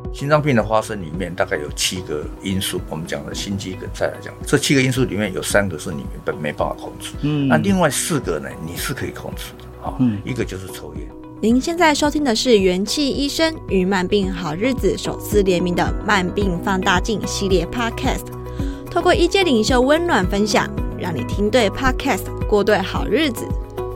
心脏病的发生里面大概有7个因素，我们讲的心肌梗塞来讲，这7个因素里面有3个是你没办法控制，那另外4个呢，你是可以控制的，一个就是抽烟。 您现在收听的是元气医生与慢病好日子首次联名的慢病放大镜系列 Podcast， 透过医界领袖温暖分享，让你听对 Podcast， 过对好日子。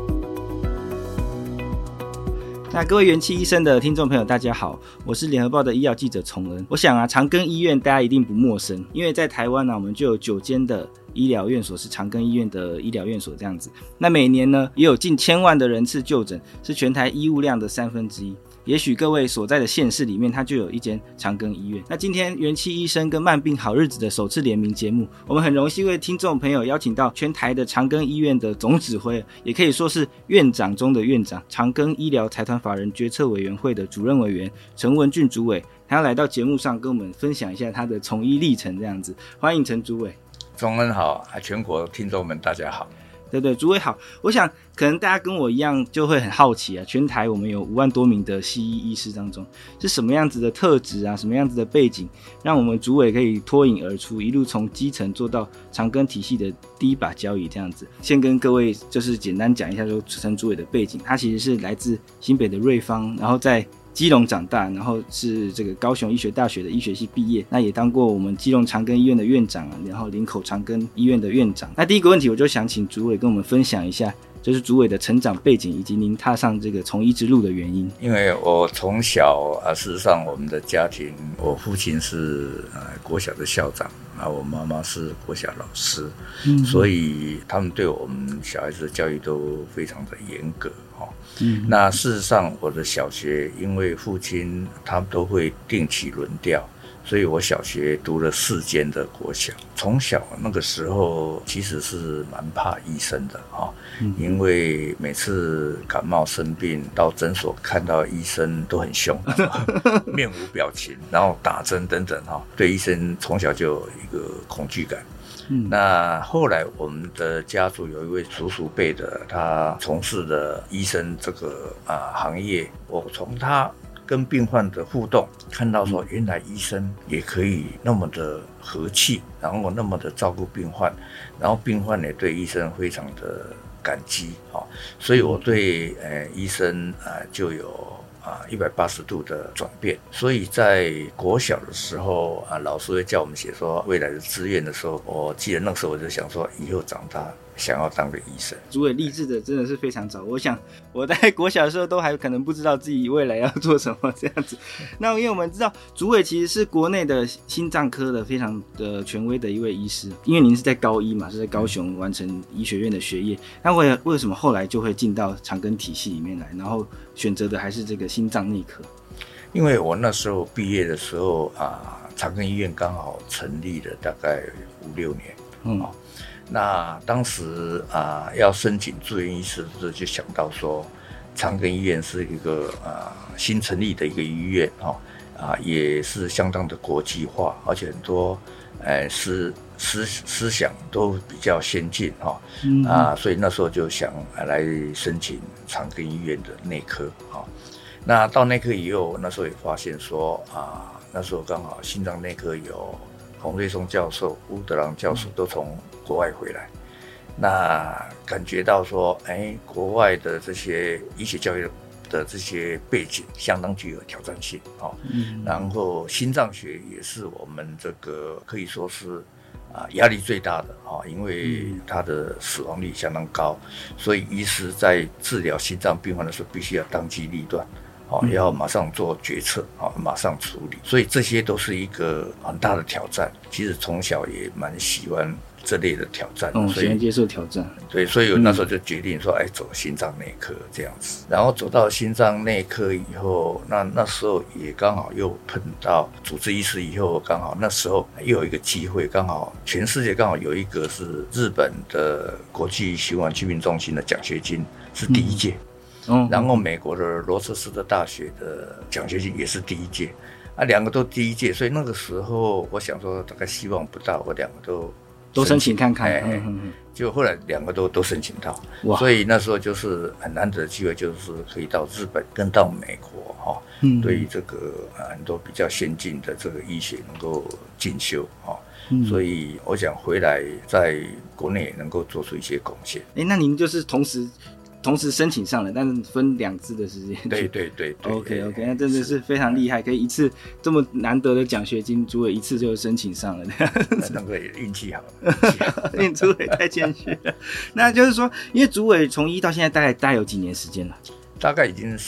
那各位元气医生的听众朋友大家好，我是联合报的医药记者崇恩。我想长庚医院大家一定不陌生，因为在台湾我们就有9间的医疗院所是长庚医院的医疗院所这样子。那每年呢也有近1000万的人次就诊，是全台医务量的1/3。也许各位所在的县市里面它就有一间长庚医院。那今天元气医生跟慢病好日子的首次联名节目，我们很荣幸为听众朋友邀请到全台的长庚医院的总指挥，也可以说是院长中的院长，长庚医疗财团法人决策委员会的主任委员陈文俊主委，他要来到节目上跟我们分享一下他的从医历程这样子。欢迎陈主委。 崇恩好，全国听众们大家好。 对，主委好。我想可能大家跟我一样就会很好奇全台我们有5万多名的西医医师当中，是什么样子的特质什么样子的背景，让我们主委可以脱颖而出，一路从基层做到长庚体系的第一把交椅这样子。先跟各位就是简单讲一下说陈主委的背景，他其实是来自新北的瑞芳，然后在基隆长大，然后是这个高雄医学大学的医学系毕业，那也当过我们基隆长庚医院的院长然后林口长庚医院的院长。那第一个问题我就想请主委跟我们分享一下，就是主委的成长背景以及您踏上这个从医之路的原因。 因为我从小事实上我们的家庭，我父亲是国小的校长，我妈妈是国小老师，所以他们对我们小孩子的教育都非常的严格。那事实上我的小学因为父亲他们都会定期轮调，所以我小学读了4间的国小。从小那个时候其实是蛮怕医生的因为每次感冒生病到诊所看到医生都很凶面无表情，然后打针等等对医生从小就有一个恐惧感。那后来我们的家族有一位叔叔辈的，他从事的医生这个行业，我从他跟病患的互动看到说，原来医生也可以那么的和气，然后那么的照顾病患，然后病患也对医生非常的感激所以我对医生就有180度的转变。所以在国小的时候老师会叫我们写说未来的志愿的时候，我记得那时候我就想说以后长大想要当个医生。 主委励志的真的是非常早，我想我在国小的时候都还可能不知道自己未来要做什么这样子。那因为我们知道主委其实是国内的心脏科的非常的权威的一位医师，因为您是在高医嘛，是在高雄完成医学院的学业，那为什么后来就会进到长庚体系里面来，然后选择的还是这个心脏内科？ 因为我那时候毕业的时候长庚医院刚好成立了大概5-6年那当时要申请住院医师的时候，就想到说长庚医院是一个新成立的一个医院也是相当的国际化，而且很多思想都比较先进所以那时候就想来申请长庚医院的内科那到内科以后，那时候也发现说那时候刚好心脏内科有洪瑞松教授、乌德朗教授都从国外回来，那感觉到说国外的这些医学教育的这些背景相当具有挑战性然后心脏学也是我们这个可以说是压力最大的因为它的死亡率相当高，所以医师在治疗心脏病患的时候必须要当机立断要马上做决策马上处理，所以这些都是一个很大的挑战。其实从小也蛮喜欢这类的挑战喜欢接受挑战。 对，所以我那时候就决定说走心脏内科这样子。然后走到心脏内科以后，那时候也刚好又碰到主治医师以后，刚好那时候又有一个机会，刚好全世界刚好有一个是日本的国际循环疾病中心的奖学金是第1届然后美国的罗彻斯特大学的奖学金也是第1届2个都第1届，所以那个时候我想说大概希望不大，我2个都都申请看看， 就后来2个都申请到，所以那时候就是很难得的机会，就是可以到日本跟到美国哈，对于这个很多比较先进的这个医学能够进修哈，所以我想回来在国内也能够做出一些贡献。 那您就是同时申请上了，但是分2次的时间。 对 OK， 那真的是非常厉害，可以一次这么难得的奖学金，主委一次就申请上了。 那个运气好， 主委太谦虚了。那就是说，因为主委从医到现在大概有几年时间了？ 大概已经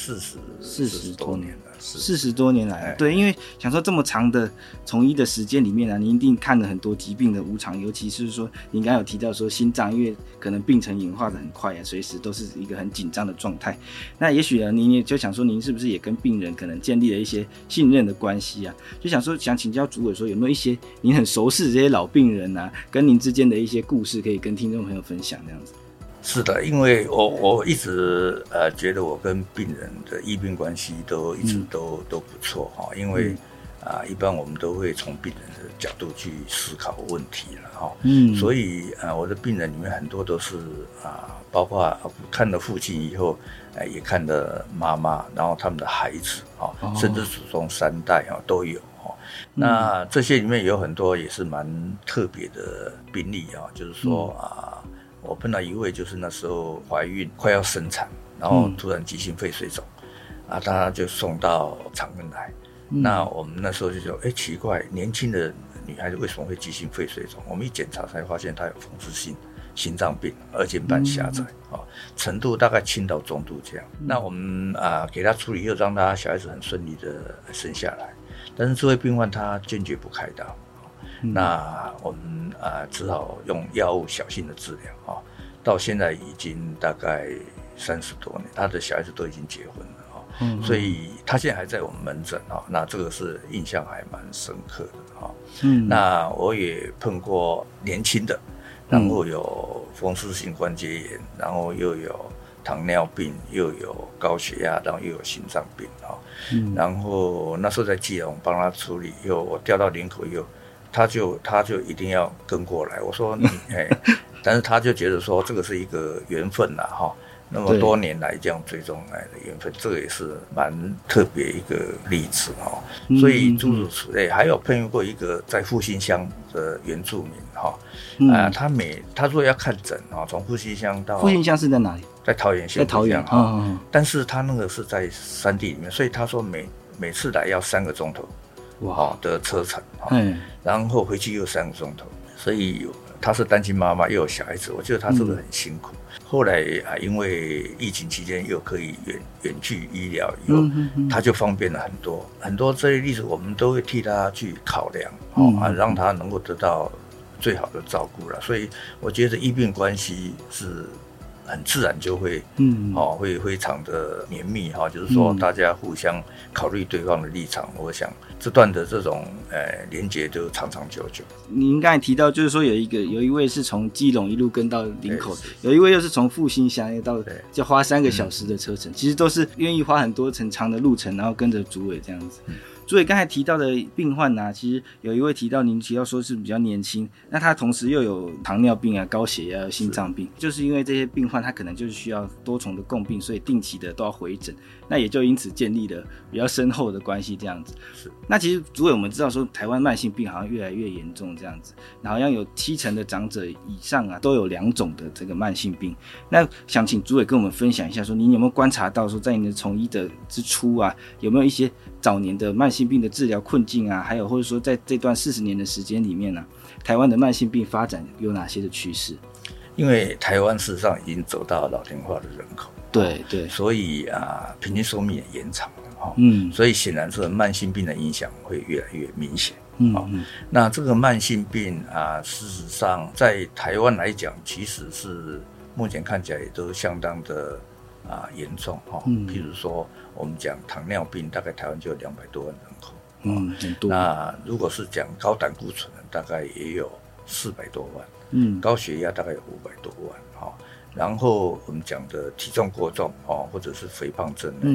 40多年了。 40多年来了，对，因为想说这么长的从医的时间里面啊，您一定看了很多疾病的无常，尤其是说您刚刚有提到说心脏，因为可能病程演化的很快啊，随时都是一个很紧张的状态。那也许呢，您也就想说，您是不是也跟病人可能建立了一些信任的关系啊？就想请教主委说，有没有一些您很熟识这些老病人啊，跟您之间的一些故事，可以跟听众朋友分享这样子？ 是的，因为我一直觉得我跟病人的医病关系一直都不错哈，因为一般我们都会从病人的角度去思考问题了哈，所以我的病人里面很多都是包括看了父亲以后，也看了妈妈，然后他们的孩子甚至祖宗3代都有哈。那这些里面有很多也是蛮特别的病例就是说我碰到一位，就是那时候怀孕快要生产，然后突然急性肺水肿，他就送到长庚来。那我们那时候就说，奇怪，年轻的女孩子为什么会急性肺水肿？我们一检查才发现她有风湿性心脏病，二尖瓣狭窄，程度大概轻到中度这样。那我们给她处理以后，让她小孩子很顺利的生下来。但是这位病患她坚决不开刀。那我们只好用药物小心的治疗到现在已经大概30多年，他的小孩子都已经结婚了所以他现在还在我们门诊那这个是印象还蛮深刻的那我也碰过年轻的，然后有风湿性关节炎，然后又有糖尿病，又有高血压，然后又有心脏病然后那时候在基隆帮他处理，又我调到林口以后。他就一定要跟过来，我说你但是他就觉得说这个是一个缘分啦那么多年来这样追踪来的缘分，这个也是蛮特别一个例子所以诸如此类，还有碰到过一个在复兴乡的原住民他说要看诊从复兴乡到复兴乡是在哪里？ 在桃园县， 在桃园但是他那个是在山地里面，所以他说每次来要3个钟头。的车程然后回去又3个钟头，所以他是单亲妈妈又有小孩子，我觉得他真的很辛苦。后来因为疫情期间又可以远距医疗以后，他就方便了很多很多。这些例子我们都会替他去考量让他能够得到最好的照顾了。所以我觉得医病关系是很自然就会会非常的绵密就是说大家互相考虑对方的立场，我想这段的这种连结都长长久久。 您刚才提到就是说有一位是从基隆一路跟到林口，有一位又是从复兴乡到就花3个小时的车程，其实都是愿意花很多很长的路程，然后跟着主委这样子。主委刚才提到的病患其实有一位您提到说是比较年轻，那他同时又有糖尿病高血压、心脏病，就是因为这些病患他可能就是需要多重的共病，所以定期的都要回诊，那也就因此建立了比较深厚的关系这样子。那其实主委我们知道说台湾慢性病好像越来越严重这样子，好像有70%的长者以上都有2种的这个慢性病。那想请主委跟我们分享一下说您有没有观察到说在你的从医的之初有没有一些早年的慢性病的治疗困境还有或者说在这段40年的时间里面台湾的慢性病发展有哪些的趋势？ 因为台湾事实上已经走到老龄化的人口， 对， 所以平均寿命也延长了所以显然这个慢性病的影响会越来越明显那这个慢性病事实上在台湾来讲，其实是目前看起来也都相当的严重譬如说我们讲糖尿病，大概台湾就有200多万人口很多。 那如果是讲高胆固醇的，大概也有400多万高血压大概有500多万然后我们讲的体重过重或者是肥胖症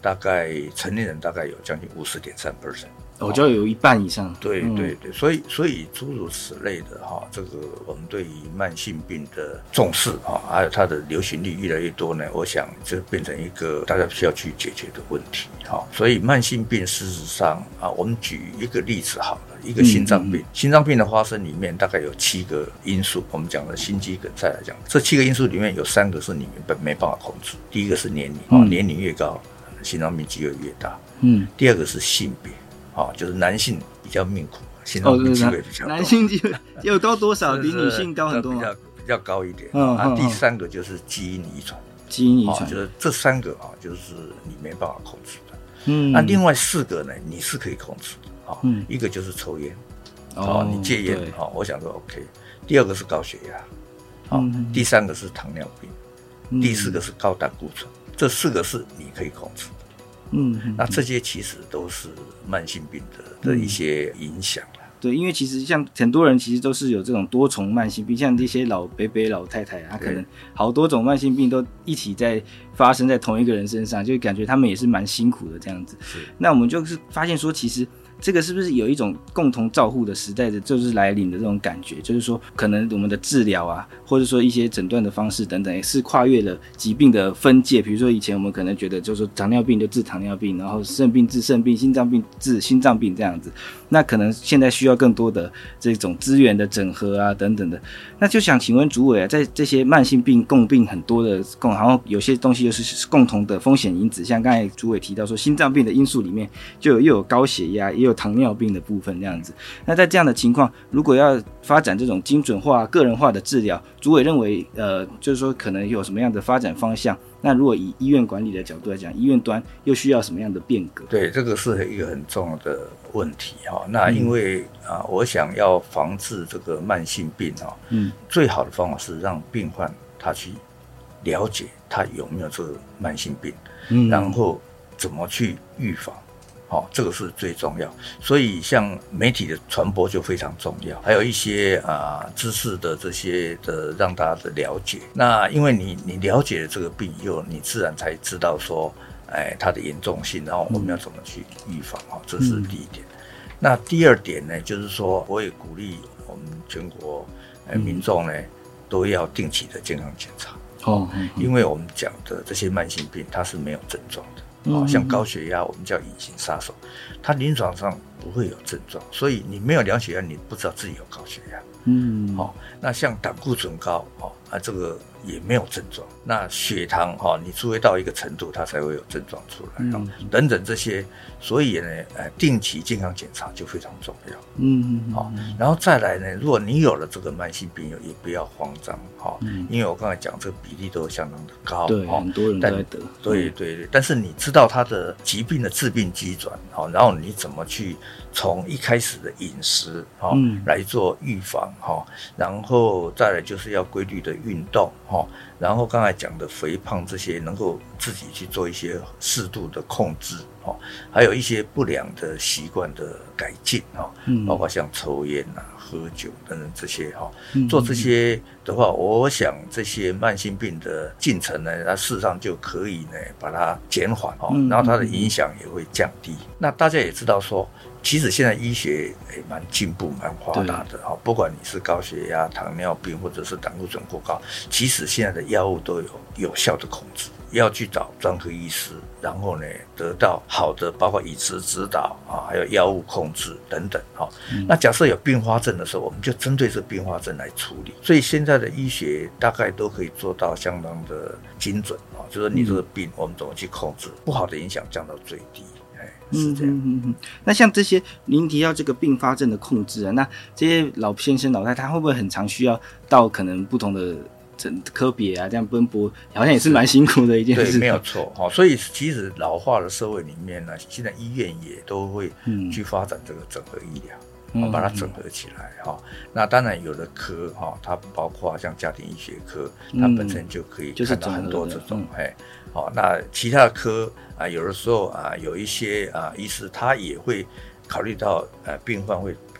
大概成年人大概有将近50.3%。 就有一半以上。 对对对，所以诸如此类的这个我们对于慢性病的重视还有它的流行率越来越多呢，我想这变成一个大家需要去解决的问题所以慢性病事实上我们举一个例子好了，一个心脏病，心脏病的发生里面大概有7个因素，我们讲的心肌梗塞来讲，这7个因素里面有3个是你没办法控制。第一个是年龄年龄越高，心脏病机会越大。第二个是性别。就是男性比较命苦，心脏病机会比较高。 男性机会有高多少？比女性高很多吗？ 比较高一点。第3个就是基因遗传。基因遗传就是这3个就是你没办法控制的。那另外4个呢，你是可以控制的。一个就是抽烟，你戒烟，我想说 OK。第2个是高血压，第3个是糖尿病，第4个是高胆固醇，这4个是你可以控制的。那这些其实都是慢性病的一些影响。 对，因为其实像很多人其实都是有这种多重慢性病，像这些老伯伯老太太，他可能好多种慢性病都一起在发生在同一个人身上，就感觉他们也是蛮辛苦的这样子。那我们就是发现说，其实这个是不是有一种共同照护的时代的就是来临的这种感觉，就是说可能我们的治疗啊，或者说一些诊断的方式等等，也是跨越了疾病的分界。比如说以前我们可能觉得就是说糖尿病就治糖尿病，然后肾病治肾病，心脏病治心脏病这样子，那可能现在需要更多的这种资源的整合啊等等的。那就想请问主委啊，在这些慢性病共病很多的然后有些东西又是共同的风险因子，像刚才主委提到说心脏病的因素里面就又有高血压，也有糖尿病的部分这样子。那在这样的情况，如果要发展这种精准化个人化的治疗，主委认为就是说可能有什么样的发展方向？那如果以医院管理的角度来讲，医院端又需要什么样的变革？对， 这个是一个很重要的问题那因为我想要防治这个慢性病最好的方法是让病患他去了解他有没有这个慢性病，然后怎么去预防。这个是最重要，所以像媒体的传播就非常重要，还有一些知识的这些的让大家的了解。那因为你了解了这个病以后，你自然才知道说，它的严重性，然后我们要怎么去预防这是第一点。那第2点呢，就是说我也鼓励我们全国民众呢都要定期的健康检查。因为我们讲的这些慢性病它是没有症状的。像高血压我们叫隐形杀手，它临床上不会有症状，所以你没有量血压你不知道自己有高血压。那像胆固醇高这个也没有症状，那血糖你除非到一个程度它才会有症状出来等等这些，所以呢定期健康检查就非常重要。然后再来呢，如果你有了这个慢性病也不要慌张因为我刚才讲这个比例都相当的高， 对，很多人都在得。 对，但是你知道它的疾病的致病机转然后你怎么去从一开始的饮食来做预防然后再来就是要规律的运动然后刚才讲的肥胖这些能够自己去做一些适度的控制还有一些不良的习惯的改进包括像抽烟喝酒等等这些做这些的话，我想这些慢性病的进程呢，它事实上就可以呢把它减缓然后它的影响也会降低。那大家也知道说，其实现在医学也蛮进步蛮发达的不管你是高血压、糖尿病或者是胆固醇过高，其实现在的药物都有有效的控制。要去找专科医师，然后呢得到好的包括饮食指导还有药物控制等等那假设有并发症的时候，我们就针对这并发症来处理。所以现在的医学大概都可以做到相当的精准就是你这个病我们怎么去控制，不好的影响降到最低。是这样。 那像这些您提到这个并发症的控制那这些老先生老太太会不会很常需要到可能不同的科别这样奔波，好像也是蛮辛苦的一件事。 对，没有错所以其实老化的社会里面呢，现在医院也都会去发展这个整合医疗把它整合起来那当然有的科它包括像家庭医学科它本身就可以看到很多这种那其他的科有的时候有一些医师他也会考虑到病患会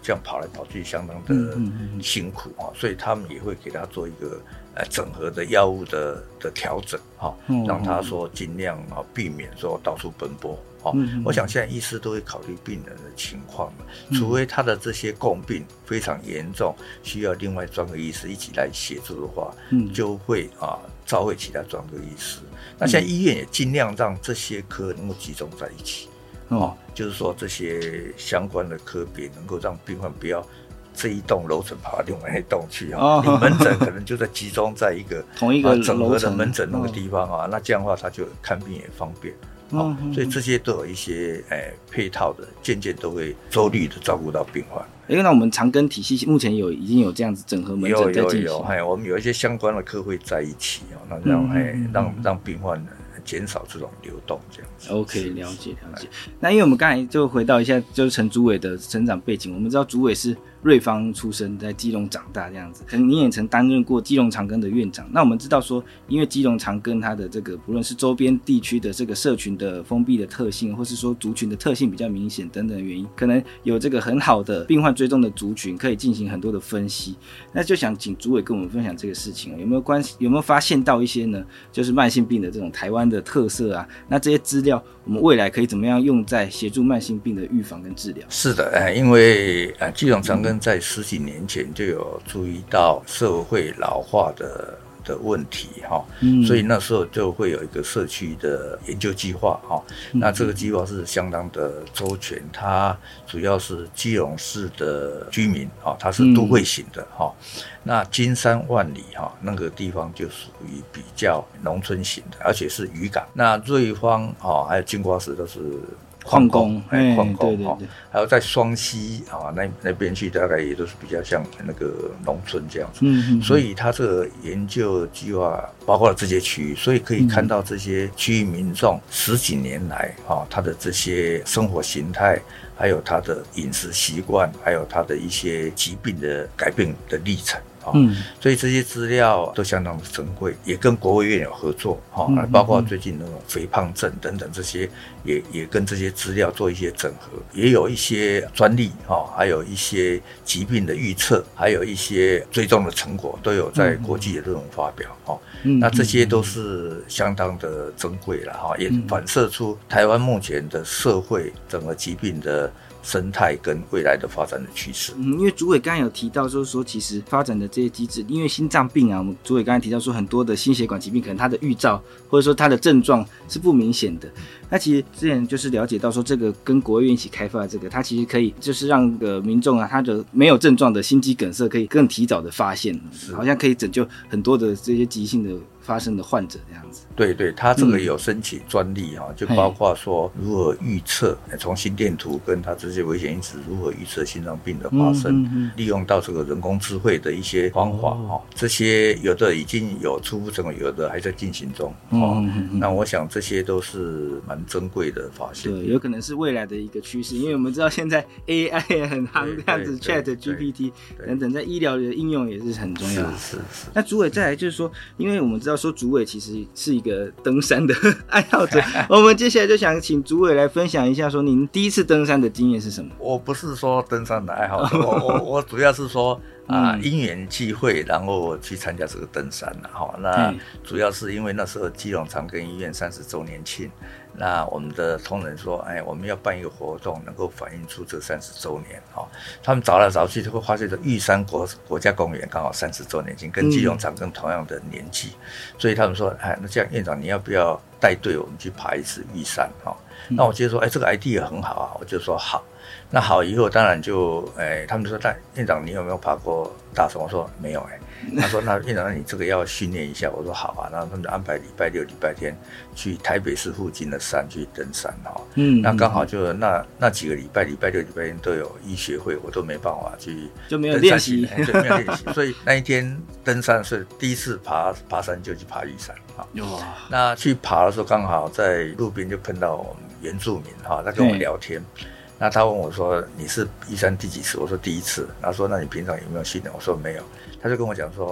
这样跑来跑去相当的辛苦所以他们也会给他做一个整合的药物的调整让他说尽量避免说到处奔波我想现在医师都会考虑病人的情况除非他的这些共病非常严重，需要另外专科医师一起来协助的话，就会召会其他专科医师。那现在医院也尽量让这些科能够集中在一起，就是说这些相关的科别能够让病患不要这一栋楼层跑到另外一栋去你门诊可能就在集中在一个同一个整合的门诊那个地方那这样的话他就看病也方便。所以这些都有一些配套的，渐渐都会周率的照顾到病患。 那我们长庚体系目前已经有这样子整合门诊在进行。 有，我们有一些相关的科会在一起那让病患减少这种流动这样子。 OK， 了解。那因为我们刚才就回到一下，就是陈主委的成长背景，我们知道主委是瑞芳出生，在基隆长大这样子，你也曾担任过基隆长庚的院长。那我们知道说，因为基隆长庚它的这个不论是周边地区的这个社群的封闭的特性，或是说族群的特性比较明显等等的原因，可能有这个很好的病患追踪的族群，可以进行很多的分析。那就想请主委跟我们分享这个事情，有没有发现到一些呢？就是慢性病的这种台湾的特色那这些资料我们未来可以怎么样用在协助慢性病的预防跟治疗？ 是的，因为基隆长庚在10几年前就有注意到社会老化的问题所以那时候就会有一个社区的研究计划那这个计划是相当的周全，它主要是基隆市的居民它是都会型的那金山万里那个地方就属于比较农村型的，而且是渔港。那瑞芳还有金瓜石都是矿工， 对， 还有在双溪那边去，大概也都是比较像那个农村这样子。所以他这个研究计划包括了这些区域，所以可以看到这些区域民众10几年来他的这些生活形态，还有他的饮食习惯，还有他的一些疾病的改变的历程。所以这些资料都相当的珍贵，也跟国卫院有合作包括最近那种肥胖症等等这些也跟这些资料做一些整合，也有一些专利还有一些疾病的预测，还有一些追踪的成果都有在国际的论文发表那这些都是相当的珍贵了也反射出台湾目前的社会整个疾病的生态跟未来的发展的趋势。 因为主委刚才有提到说其实发展的这些机制，因为心脏病我们主委刚才提到说很多的心血管疾病可能它的预兆或者说它的症状是不明显的。那其实之前就是了解到说这个跟国卫院一起开发的这个，它其实可以就是让民众他的没有症状的心肌梗塞可以更提早的发现，好像可以拯救很多的这些急性的发生的患者这样子。 对，他这个有申请专利就包括说如何预测从心电图跟他这些危险因子如何预测心脏病的发生，利用到这个人工智慧的一些方法这些有的已经有初步成果，有的还在进行中那我想这些都是蛮珍贵的发现。 对，有可能是未来的一个趋势，因为我们知道现在 AI 也很夯这样子 ，ChatGPT 等等在医疗的应用也是很重要的。 是。 那主委再来就是说，因为我们知道说主委其实是一个登山的爱好者我们接下来就想请主委来分享一下说您第一次登山的经验是什么？ 我不是说登山的爱好者我主要是说因缘际会，然后我去参加这个登山那主要是因为那时候基隆长庚医院30周年庆，那我们的同仁说我们要办一个活动能够反映出这30周年他们找来找去就会发现玉山国家公园刚好30周年庆，跟基隆长庚同样的年纪，所以他们说那这样院长你要不要带队我们去爬一次玉山那我接着说这个 idea 很好我就说好。那好以后当然就他们就说院长你有没有爬过大山？我说没有他说那院长那你这个要训练一下，我说好然后他们就安排礼拜六礼拜天去台北市附近的山去登山那刚好就那几个礼拜六礼拜天都有医学会，我都没办法去就没有练习对，没有练习所以那一天登山是第一次爬山就去爬玉山那去爬的时候刚好在路边就碰到我们原住民他跟我聊天那他问我说你是玉山第几次？我说第一次。他说那你平常有没有训练？我说没有。他就跟我讲说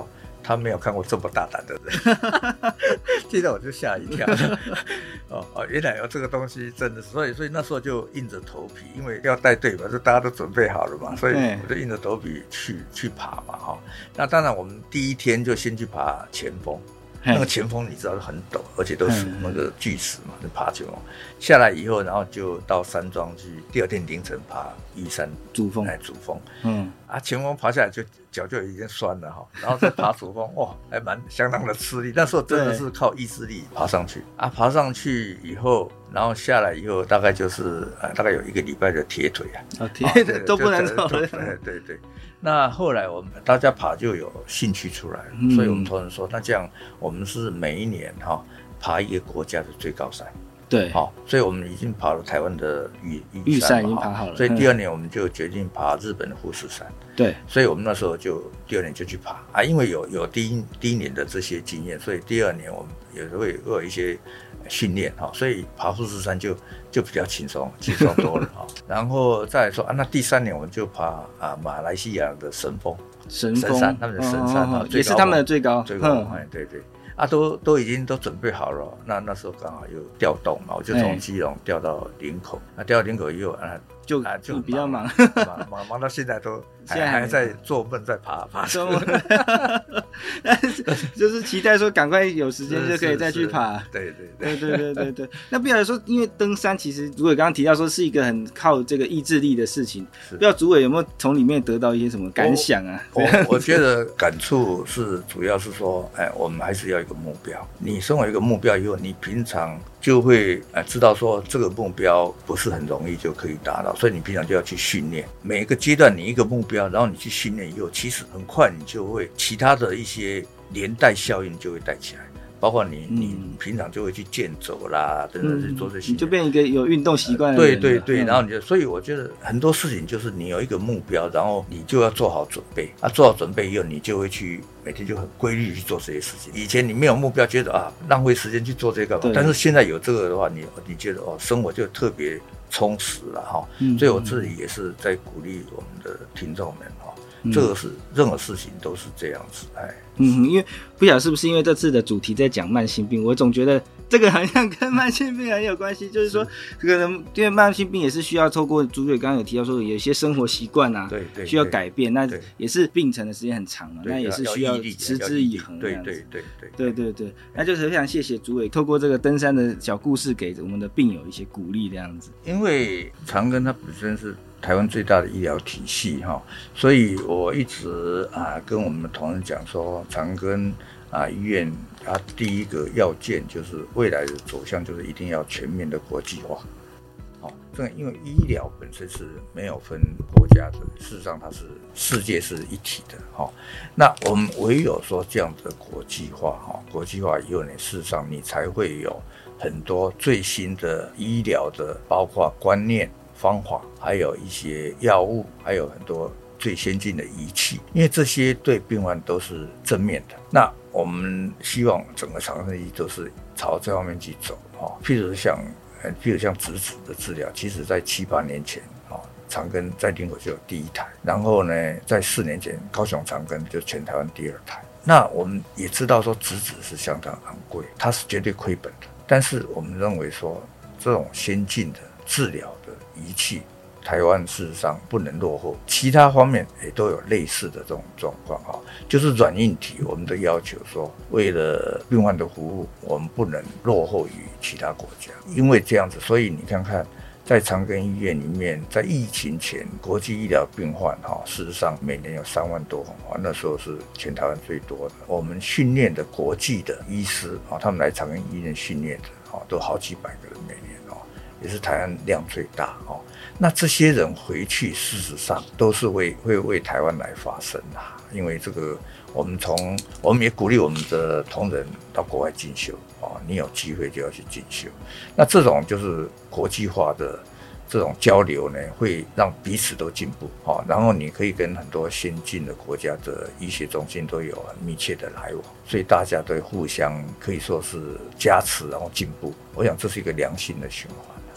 他没有看过这么大胆的人，听到我就吓一跳。原来有这个东西，真的是，所以那时候就硬着头皮，因为要带队嘛，就大家都准备好了嘛，所以我就硬着头皮去爬嘛。那当然我们第一天就先去爬前峰。那个前峰你知道是很陡，而且都是那个巨石嘛，就爬前峰下来以后，然后就到山庄去。第二天凌晨爬玉山主峰， 前峰爬下来就脚就已经酸了然后再爬主峰，还相当的吃力。那时候真的是靠意志力爬上去爬上去以后，然后下来以后大概就是大概有1个礼拜的铁腿铁腿都不能走了。 对。那后来我们大家爬就有兴趣出来了，所以我们同仁说，那这样我们是每一年爬一个国家的最高山。 对， 所以我们已经爬了台湾的玉山已经爬好了， 所以第2年我们就决定爬日本的富士山。 对， 所以我们那时候就第2年就去爬因为有第一年的这些经验，所以第2年我们也会有一些训练所以爬富士山就比较轻松多了然后再来说那第3年我们就爬马来西亚的神山，他们的神山也是他们的最高对。都已经都准备好了。那时候刚好又调动嘛，我就从基隆调到林口。调到林口以后就比较忙到现在还在做梦，在爬就是期待说赶快有时间就可以再去爬。 对。 那不晓得说，因为登山其实主委刚刚提到说是一个很靠这个意志力的事情，不知道主委有没有从里面得到一些什么感想啊？ 我觉得感触是主要是说，我们还是要一个目标。你身为一个目标以后，你平常就会知道说这个目标不是很容易就可以达到，所以你平常就要去训练。每一个阶段你一个目标，然后你去训练以后，其实很快你就会其他的一些连带效应就会带起来。包括你平常就会去健走啦，等等去做这些， 你就变一个有运动习惯的人。 对，然后所以我觉得很多事情就是你有一个目标，然后你就要做好准备做好准备以后，你就会去每天就很规律去做这些事情。以前你没有目标，觉得浪费时间去做这个，但是现在有这个的话，你觉得生活就特别充实了所以我自己也是在鼓励我们的听众们这个是任何事情都是这样子因为不晓得是不是因为这次的主题在讲慢性病，我总觉得这个好像跟慢性病很有关系，就是说这个人因为慢性病也是需要透过主委刚刚有提到说有一些生活习惯对需要改变，那也是病程的时间很长嘛，那也是需要持之以恒。对，那就是非常谢谢主委透过这个登山的小故事给我们的病友一些鼓励这样子。 因为长庚它本身是台湾最大的医疗体系所以我一直跟我们的同仁讲说，长庚医院它第一个要件就是未来的走向就是一定要全面的国际化。因为医疗本身是没有分国家的，事实上它是世界是一体的那我们唯有说这样的国际化国际化以后呢，事实上你才会有很多最新的医疗的，包括观念、方法，还有一些药物，还有很多最先进的仪器，因为这些对病患都是正面的。那我们希望整个长庚医都是朝这方面去走譬如像质子的治疗，其实在7、8年前长庚在林口就有第1台，然后呢，在4年前高雄长庚就全台湾第2台。那我们也知道说质子是相当昂贵，它是绝对亏本的，但是我们认为说这种先进的治疗的仪器，台湾事实上不能落后，其他方面也都有类似的这种状况就是软硬体，我们的要求说，为了病患的服务，我们不能落后于其他国家，因为这样子，所以你看看，在长庚医院里面，在疫情前，国际医疗病患事实上每年有3万多那时候是全台湾最多的。我们训练的国际的医师他们来长庚医院训练的都好几百个人每年也是台湾量最大那这些人回去，事实上都是会为台湾来发声因为这个我们也鼓励我们的同仁到国外进修你有机会就要去进修。那这种就是国际化的这种交流呢，会让彼此都进步然后你可以跟很多先进的国家的医学中心都有很密切的来往，所以大家都互相可以说是加持，然后进步。我想这是一个良性的循环。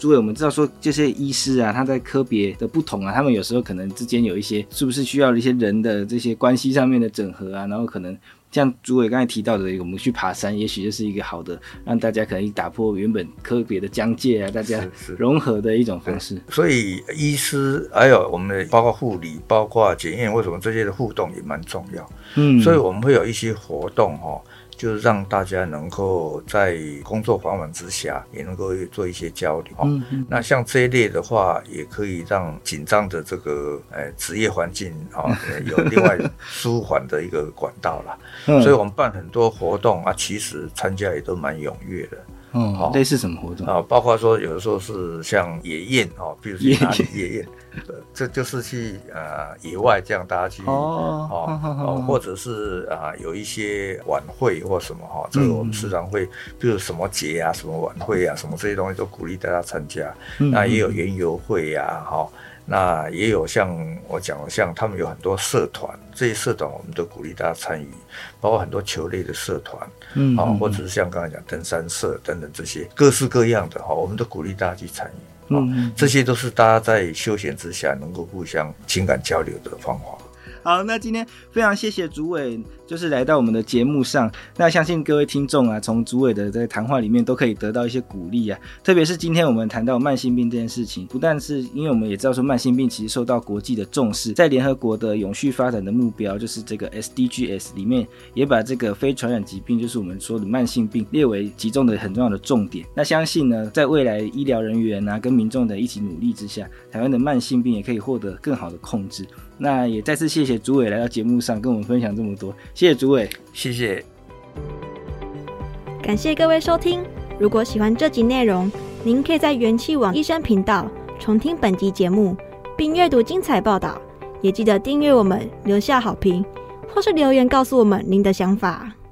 主委，我们知道说这些医师啊，他在科别的不同啊，他们有时候可能之间有一些是不是需要一些人的这些关系上面的整合啊，然后可能像主委刚才提到的，我们去爬山，也许就是一个好的让大家可以打破原本科别的疆界啊，大家融合的一种方式。 所以医师还有我们包括护理、包括检验，为什么这些的互动也蛮重要？所以我们会有一些活动就是让大家能够在工作繁忙之下也能够做一些交流。那像这一类的话，也可以让紧张的这个职业环境有另外舒缓的一个管道啦。所以我们办很多活动啊，其实参加也都蛮踊跃的。 类似什么活动包括说有的时候是像野宴比如去哪里野宴，这就是去野外这样大家去或者是有一些晚会或什么这个我们时常会，比如什么节啊、什么晚会啊、什么这些东西都鼓励大家参加。那也有园游会啊，那也有像我讲的，像他们有很多社团，这些社团我们都鼓励大家参与，包括很多球类的社团，或者是像刚才讲登山社等等这些各式各样的我们都鼓励大家去参与。这些都是大家在休闲之下能够互相情感交流的方法。 好，那今天非常谢谢主委，就是来到我们的节目上。那相信各位听众啊，从主委的在谈话里面都可以得到一些鼓励啊。特别是今天我们谈到慢性病这件事情，不但是因为我们也知道说慢性病其实受到国际的重视，在联合国的永续发展的目标，就是这个 SDGs 里面也把这个非传染疾病，就是我们说的慢性病列为其中的很重要的重点。那相信呢，在未来医疗人员啊跟民众的一起努力之下，台湾的慢性病也可以获得更好的控制。那也再次谢谢主委来到节目上跟我们分享这么多，谢谢主委。 谢谢， 感谢各位收听。如果喜欢这集内容，您可以在元气网医生频道重听本集节目，并阅读精彩报道。也记得订阅我们，留下好评，或是留言告诉我们您的想法。